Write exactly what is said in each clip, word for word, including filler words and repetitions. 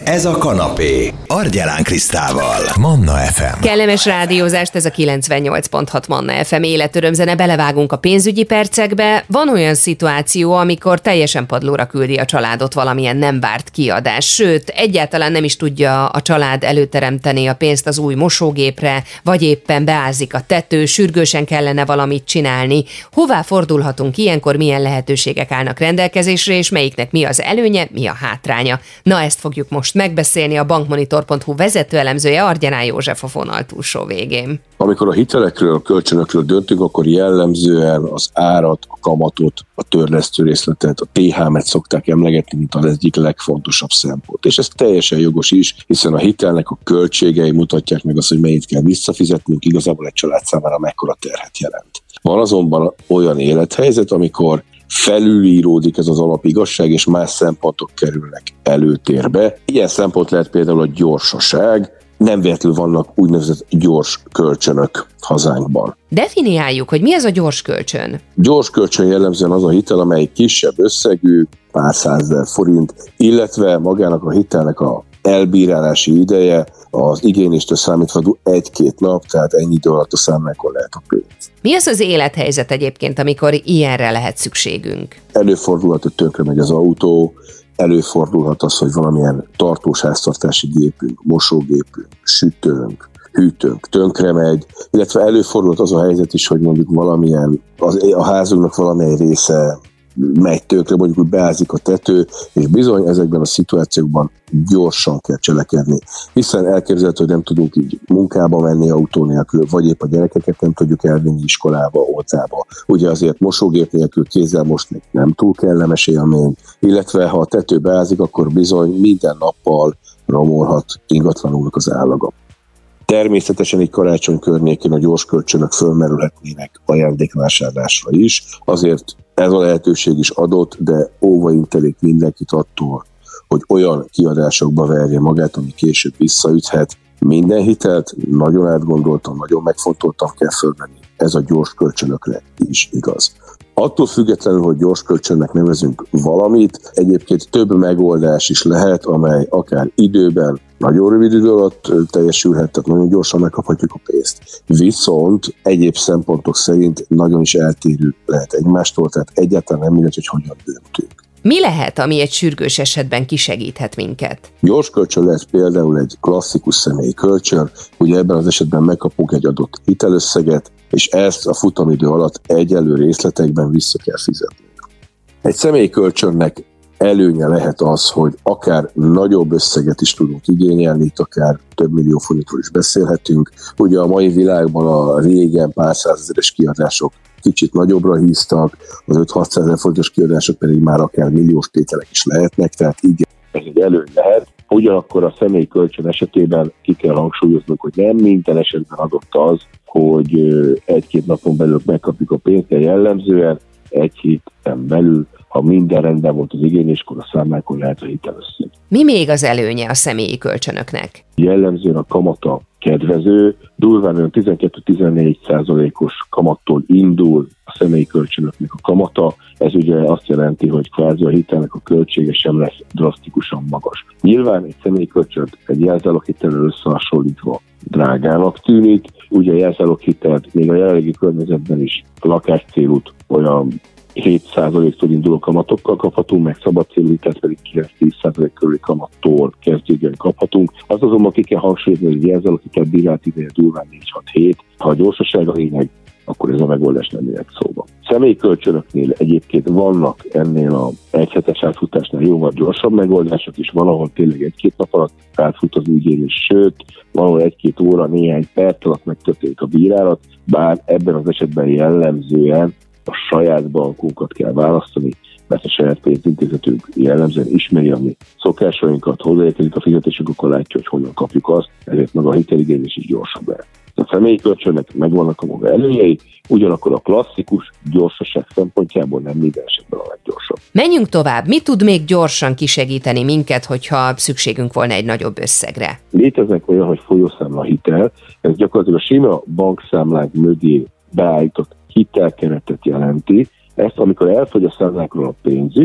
Ez a kanapé. Argyelán Krisztával. Manna ef em. Kellemes rádiózást, ez a kilencvennyolc pont hat Manna ef em életörömzene, belevágunk a pénzügyi percekbe. Van olyan szituáció, amikor teljesen padlóra küldi a családot valamilyen nem várt kiadás, sőt, egyáltalán nem is tudja a család előteremteni a pénzt az új mosógépre, vagy éppen beázik a tető, sürgősen kellene valamit csinálni. Hová fordulhatunk ilyenkor, milyen lehetőségek állnak rendelkezésre, és melyiknek mi az előnye, mi a hátránya? Na, ezt fogjuk most megbeszélni. A bankmonitor pont hu vezetőelemzője Argyelán József a vonal túlsó végén. Amikor a hitelekről, a kölcsönökről döntünk, akkor jellemzően az árat, a kamatot, a törlesztő részletet, a té há em-et szokták emlegetni, mint az egyik legfontosabb szempont. És ez teljesen jogos is, hiszen a hitelnek a költségei mutatják meg azt, hogy mennyit kell visszafizetnünk, igazából egy család számára mekkora terhet jelent. Van azonban olyan élethelyzet, amikor felülíródik ez az alapigazság, és más szempontok kerülnek előtérbe. Ilyen szempont lehet például a gyorsaság, nem véletlenül vannak úgynevezett gyors kölcsönök hazánkban. Definiáljuk, hogy mi ez a gyors kölcsön. Gyors kölcsön jellemzően az a hitel, amely kisebb összegű, pár százezer forint, illetve magának a hitelnek a elbírálási ideje az igényléstől számítva egy-két nap, tehát ennyi idő alatt a számlákon lehet a pénz. Mi az az élethelyzet egyébként, amikor ilyenre lehet szükségünk? Előfordulhat, hogy tönkre megy az autó, előfordulhat az, hogy valamilyen tartós háztartási gépünk, mosógépünk, sütőnk, hűtőnk tönkre megy, illetve előfordulhat az a helyzet is, hogy mondjuk valamilyen, az, a házunknak valamely része megy tönkre, mondjuk úgy beázik a tető, és bizony ezekben a szituációkban gyorsan kell cselekedni, hiszen elképzelhető, hogy nem tudunk így munkába menni autó nélkül, vagy épp a gyerekeket nem tudjuk elvinni iskolába, óvodába. Ugye azért mosógép nélkül kézzel mosni nem túl kellemes élmény, illetve ha a tető beázik, akkor bizony minden nappal romolhat ingatlanunknak az állaga. Természetesen így karácsony környékén a gyors kölcsönök fölmerülhetnének ajándékvásárlásra is, azért ez a lehetőség is adott, de óvaintelik mindenkit attól, hogy olyan kiadásokba verje magát, ami később visszaüthet. Minden hitelt nagyon átgondoltan, nagyon megfontoltan kell fölvenni. Ez a gyors kölcsönökre is igaz. Attól függetlenül, hogy gyors kölcsönnek nevezünk valamit, egyébként több megoldás is lehet, amely akár időben, nagyon rövid idő alatt teljesülhet, tehát nagyon gyorsan megkaphatjuk a pénzt. Viszont egyéb szempontok szerint nagyon is eltérő lehet egymástól, tehát egyáltalán nem mindegy, hogy hogyan döntünk. Mi lehet, ami egy sürgős esetben kisegíthet minket? Gyors kölcsön lesz például egy klasszikus személyi kölcsön, ugye ebben az esetben megkapunk egy adott hitelösszeget, és ezt a futamidő alatt egyelő részletekben vissza kell fizetni. Egy személyi kölcsönnek előnye lehet az, hogy akár nagyobb összeget is tudunk igényelni, itt akár több millió forintról is beszélhetünk. Ugye a mai világban a régen pár százezeres kiadások kicsit nagyobbra híztak, az öt-hatszázezer forintos kiadások pedig már akár milliós tételek is lehetnek, tehát igen, ez egy előny lehet. Ugyanakkor a személyi kölcsön esetében ki kell hangsúlyoznunk, hogy nem minden esetben adott az, hogy egy-két napon belül megkapjuk a pénzt, de jellemzően egy héten belül, ha minden rendben volt az igényléskor, a számlákon lehet a hitelösszeg. Mi még az előnye a személyi kölcsönöknek? Jellemzően a kamata kedvező, durván olyan tizenkét-tizennégy százalékos kamattól indul a személyi kölcsönöknek a kamata. Ez ugye azt jelenti, hogy kvázi a hitelnek a költsége sem lesz drasztikusan magas. Nyilván egy személyi kölcsönt egy jelzáloghitellel összehasonlítva drágának tűnik. Ugye a jelzáloghitelt még a jelenlegi környezetben is a lakáscélut olyan hét százaléktól induló kamatokkal kaphatunk, meg szabad célú hitelt pedig kilenc-tíz százalék körüli kamattól kezdődően kaphatunk. Az azonban ki kell hangsúlyozni, hogy a jelzáloghitel bírált ideje durván négy-hat hét. Ha a gyorsaság a lényeg, akkor ez a megoldás nem jöhet szóba. Személyi kölcsönöknél egyébként vannak ennél a egyhetes átfutásnál jóval gyorsabb megoldások is, van, ahol tényleg egy-két nap alatt átfut az ügyérés, sőt, valahol egy-két óra, néhány perc alatt megtörténik a bírálat, bár ebben az esetben jellemzően a saját bankunkat kell választani, mert a saját pénzintézetünk jellemzően ismeri a mi szokásainkat, hozzáérkezik a fizetésünk, akkor látja, hogy honnan kapjuk azt, ezért meg a hiteligénylés is gyorsabb lehet. A személyi kölcsönnek megvannak a maga előnyei, ugyanakkor a klasszikus gyorsaság szempontjából nem minden esetben a leggyorsabb. Menjünk tovább. Mi tud még gyorsan kisegíteni minket, hogyha szükségünk volna egy nagyobb összegre? Léteznek olyan, hogy folyószámla hitel, ez gyakorlatilag a sima bankszámlák mögé beállított hitelkeretet jelenti. Ezt, amikor elfogy a számlákról a pénzünk,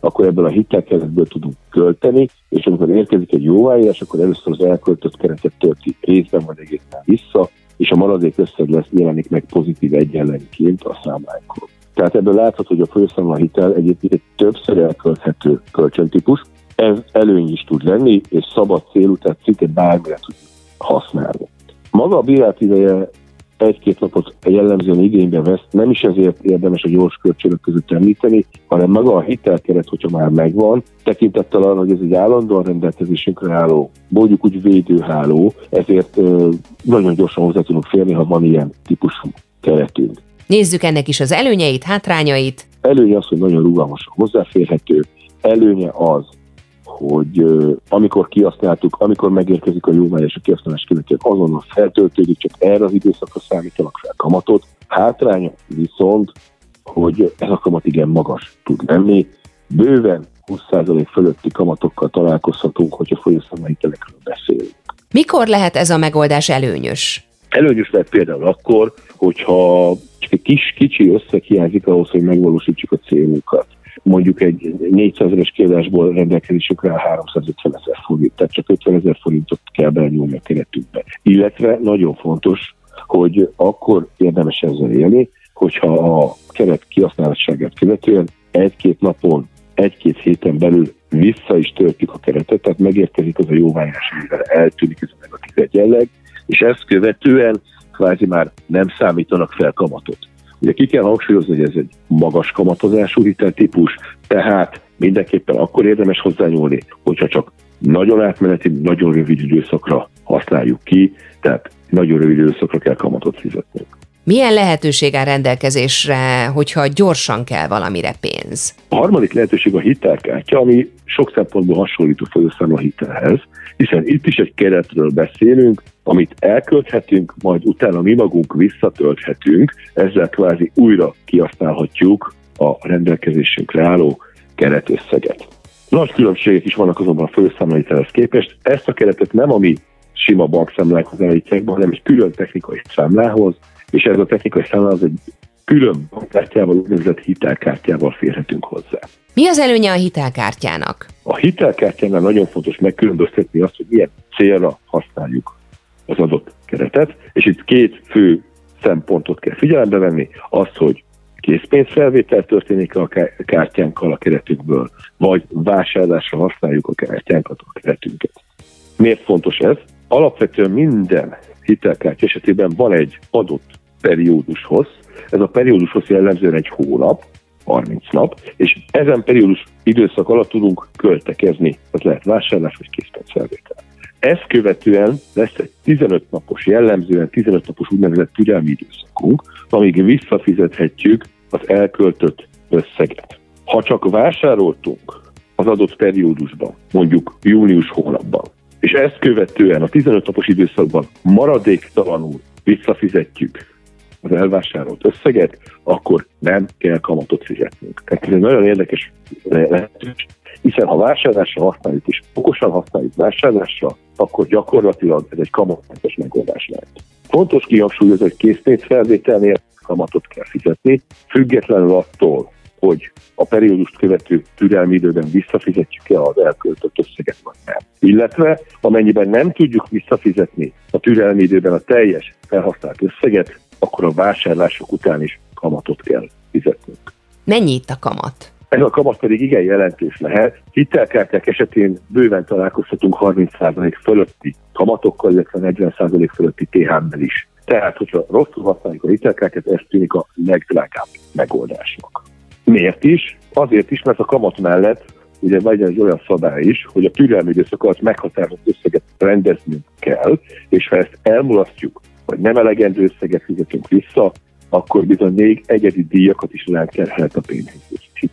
akkor ebből a hitelkeretből tudunk költeni, és amikor érkezik egy jóváírás, akkor először az elköltött keretet tölti részben vagy egészen vissza, és a maradék összeg lesz, jelenik meg pozitív egyenleniként a számlánkon. Tehát ebből látható, hogy a folyószámla hitel egyébként egy többször elkölthető kölcsöntípus. Ez előny is tud lenni, és szabad célú, tehát szinte bármire tud használni. Maga a bírálati ideje egy-két napot jellemzően igénybe vesz, nem is ezért érdemes a gyors kölcsönök között említeni, hanem maga a hitelkeret, hogyha már megvan, tekintettel arra, hogy ez egy állandóan rendelkezésünkre álló, mondjuk úgy védőháló, ezért ö, nagyon gyorsan hozzá tudunk férni, ha van ilyen típusú keretünk. Nézzük ennek is az előnyeit, hátrányait. Előnye az, hogy nagyon rugalmasan hozzáférhető, előnye az, hogy uh, amikor kihasználtuk, amikor megérkezik a jóváírás, a kihasználás követően azonnal feltöltődik, csak erre az időszakra számítanak fel kamatot. Hátránya viszont, hogy ez a kamat igen magas tud lenni. Bőven húsz százalék fölötti kamatokkal találkozhatunk, hogyha folyószámla hitelekről beszélünk. Mikor lehet ez a megoldás előnyös? Előnyös lehet például akkor, hogyha csak egy kis, kicsi összeg hiányzik ahhoz, hogy megvalósítsuk a célunkat. Mondjuk egy négyszázeres kiadásból rendelkezésükre áll háromszázötven ezer forint, tehát csak ötven ezer forintot kell belenyúlni a keretünkbe. Illetve nagyon fontos, hogy akkor érdemes ezzel élni, hogyha a keret kihasználásságát követően egy-két napon, egy-két héten belül vissza is töltjük a keretet, tehát megérkezik az a jóváírás, amivel eltűnik ez a negatív egyenleg, és ezt követően kvázi már nem számítanak fel kamatot. Ugye ki kell hangsúlyozni, hogy ez egy magas kamatozású hiteltípus, tehát mindenképpen akkor érdemes hozzányúlni, hogyha csak nagyon átmeneti, nagyon rövid időszakra használjuk ki, tehát nagyon rövid időszakra kell kamatot fizetnünk. Milyen lehetőség áll rendelkezésre, hogyha gyorsan kell valamire pénz? A harmadik lehetőség a hitelkártya, ami sok szempontból hasonlít a folyószámla hitelhez, hiszen itt is egy keretről beszélünk, amit elkölthetünk, majd utána mi magunk visszatölthetünk, ezzel kvázi újra kihasználhatjuk a rendelkezésünkre álló keretösszeget. Nagy különbségek is vannak azonban a folyószámla hitelhez képest. Ezt a keretet nem a mi sima bankszámlákhoz állítják be, hanem egy külön technikai számlához, és ez a technikai számlához egy külön bankkártyával, úgynevezett hitelkártyával férhetünk hozzá. Mi az előnye a hitelkártyának? A hitelkártyánál nagyon fontos megkülönböztetni azt, hogy milyen célra használjuk az adott keretet, és itt két fő szempontot kell figyelembe venni, az, hogy készpénzfelvétel történik a kártyánkkal a keretünkből, vagy vásárlásra használjuk a kártyánkat, a keretünket. Miért fontos ez? Alapvetően minden hitelkártya esetében van egy adott periódushoz, ez a periódushoz jellemzően egy hónap, harminc nap, és ezen periódus időszak alatt tudunk költekezni, az lehet vásárlás vagy készpénzfelvétel. Ezt követően lesz egy tizenöt napos, jellemzően tizenöt napos úgynevezett türelmi időszakunk, amíg visszafizethetjük az elköltött összeget. Ha csak vásároltunk az adott periódusban, mondjuk június hónapban, és ezt követően a tizenöt napos időszakban maradéktalanul visszafizetjük az elvásárolt összeget, akkor nem kell kamatot fizetnünk. Ez egy nagyon érdekes lehetőség, hiszen ha vásárlásra használjuk és okosan használjuk vásárlásra, akkor gyakorlatilag ez egy kamatmentes megoldás lehet. Fontos kihangsúlyozni, hogy készpénzfelvételnél kamatot kell fizetni, függetlenül attól, hogy a periódust követő türelmi időben visszafizetjük-e az elköltött összeget, vagy nem. Illetve, amennyiben nem tudjuk visszafizetni a türelmi időben a teljes felhasznált összeget, akkor a vásárlások után is kamatot kell fizetnünk. Mennyi itt a kamat? Ez a kamat pedig igen jelentős lehet. Hitelkártyák esetén bőven találkozhatunk harminc százalék fölötti kamatokkal, illetve negyven százalék fölötti té há-mel is. Tehát, hogyha rosszul használjuk a hitelkártyát, ez tűnik a legdrágább megoldásnak. Miért is? Azért is, mert a kamat mellett ugye vagy egy olyan szabály is, hogy a türelmi időszak alatt meghatározott összeget rendeznünk kell, és ha ezt elmulasztjuk, vagy nem elegendő összeget fizetünk vissza, akkor bizony még egyedi díjakat is ráterhelhet a pénzintézet.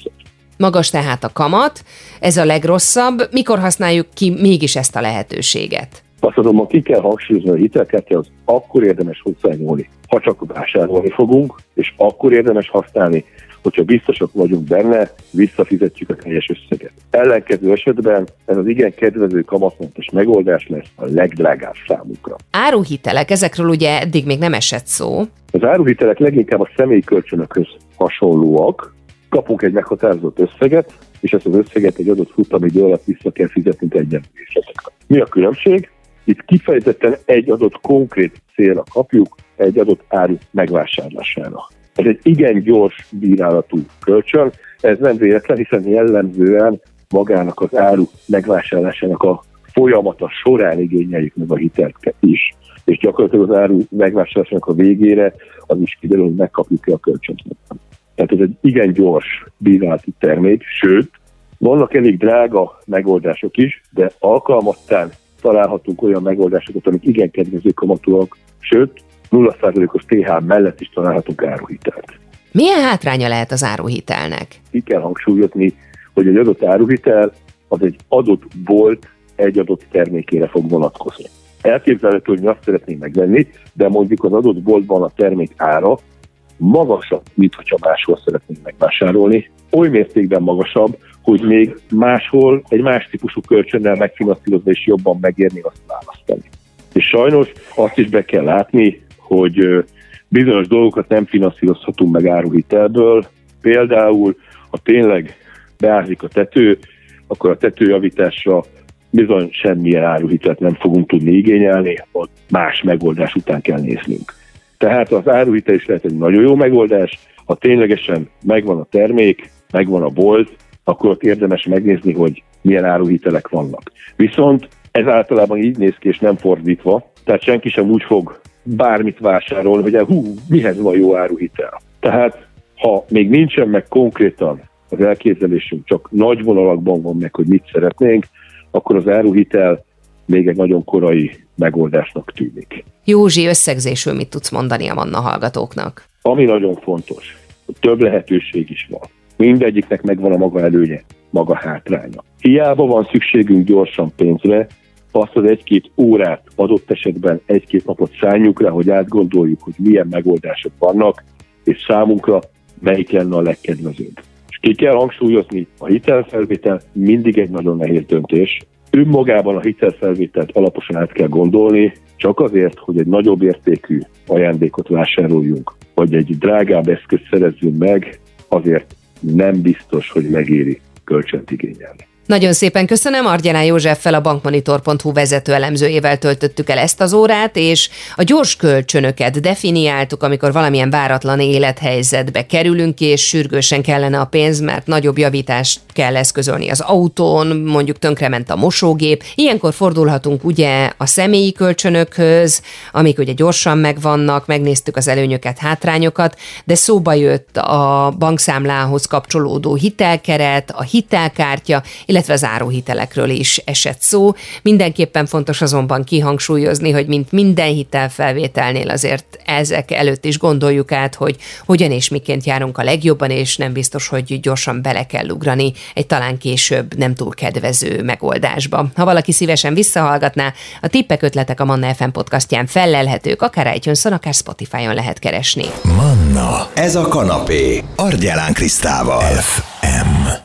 Magas tehát a kamat, ez a legrosszabb. Mikor használjuk ki mégis ezt a lehetőséget? Azt azonban ki kell hangsúlyozni, hogy a hitelkártyához akkor érdemes hozzányúlni, ha csak vásárolni fogunk, és akkor érdemes használni, hogyha biztosak vagyunk benne, visszafizetjük a teljes összeget. Ellenkező esetben ez az igen kedvező kamatmentes megoldás lesz a legdrágább számunkra. Áruhitelek, ezekről ugye eddig még nem esett szó. Az áruhitelek leginkább a személyi kölcsönökhöz hasonlóak, kapunk egy meghatározott összeget, és ezt az összeget egy adott futamidő alatt vissza kell fizetnünk egyenlőségekre. Mi a különbség? Itt kifejezetten egy adott konkrét célra kapjuk, egy adott áru megvásárlására. Ez egy igen gyors bírálatú kölcsön, ez nem véletlen, hiszen jellemzően magának az áru megvásárlásának a folyamata során igényeljük meg a hitelt is, és gyakorlatilag az áru megvásárlásának a végére az is kiderül, hogy megkapjuk-e a kölcsönt. Tehát ez egy igen gyors bírálati termék, sőt, vannak elég drága megoldások is, de alkalmattán találhatunk olyan megoldásokat, amik igen kedvező kamatúak, sőt, nulla százalékos té há mellett is találhatunk áruhitelt. Milyen hátránya lehet az áruhitelnek? Ki kell hangsúlyozni, hogy egy adott áruhitel az egy adott bolt egy adott termékére fog vonatkozni. Elképzelhető, hogy mi azt szeretnénk megvenni, de mondjuk az adott boltban a termék ára magasabb, mint hogyha máshol szeretnénk megvásárolni. Oly mértékben magasabb, hogy még máshol egy más típusú kölcsönnel megfinanszírozva is jobban megérni azt választani. És sajnos azt is be kell látni, hogy bizonyos dolgokat nem finanszírozhatunk meg áruhitelből. Például, ha tényleg beázik a tető, akkor a tetőjavításra bizony semmilyen áruhitelt nem fogunk tudni igényelni, ott más megoldás után kell néznünk. Tehát az áruhitel is lehet egy nagyon jó megoldás, ha ténylegesen megvan a termék, megvan a bolt, akkor ott érdemes megnézni, hogy milyen áruhitelek vannak. Viszont ez általában így néz ki, és nem fordítva, tehát senki sem úgy fog bármit vásárolni, hogy hú, mihez van jó áruhitel. Tehát ha még nincsen meg konkrétan az elképzelésünk, csak nagy vonalakban van meg, hogy mit szeretnénk, akkor az áruhitel még egy nagyon korai megoldásnak tűnik. Józsi, összegzésül mit tudsz mondani a Manna hallgatóknak? Ami nagyon fontos, hogy több lehetőség is van. Mindegyiknek megvan a maga előnye, maga hátránya. Hiába van szükségünk gyorsan pénzre, azt az egy-két órát, adott esetben egy-két napot szálljunk rá, hogy átgondoljuk, hogy milyen megoldások vannak, és számunkra melyik lenne a legkedvezőbb. És ki kell hangsúlyozni, a hitelfelvétel mindig egy nagyon nehéz döntés. Önmagában a hitelfelvételt alaposan át kell gondolni, csak azért, hogy egy nagyobb értékű ajándékot vásároljunk, vagy egy drágább eszközt szerezzünk meg, azért nem biztos, hogy megéri kölcsönt igényelni. Nagyon szépen köszönöm, Argyelán Józseffel, a bankmonitor pont hu vezető elemzőjével töltöttük el ezt az órát, és a gyors kölcsönöket definiáltuk, amikor valamilyen váratlan élethelyzetbe kerülünk, és sürgősen kellene a pénz, mert nagyobb javítást kell eszközölni az autón, mondjuk tönkrement a mosógép. Ilyenkor fordulhatunk ugye a személyi kölcsönökhöz, amik ugye gyorsan megvannak, megnéztük az előnyöket, hátrányokat, de szóba jött a bankszámlához kapcsolódó hitelkeret, a hitelkártya, illetve az áruhitelekről is esett szó. Mindenképpen fontos azonban kihangsúlyozni, hogy mint minden hitelfelvételnél azért ezek előtt is gondoljuk át, hogy hogyan és miként járunk a legjobban, és nem biztos, hogy gyorsan bele kell ugrani egy talán később nem túl kedvező megoldásba. Ha valaki szívesen visszahallgatná, a tippek, ötletek a Manna ef em podcastján fellelhetők, akár iTunes-on, akár Spotify-on lehet keresni. Manna, ez a kanapé, Argyelán Krisztával. ef em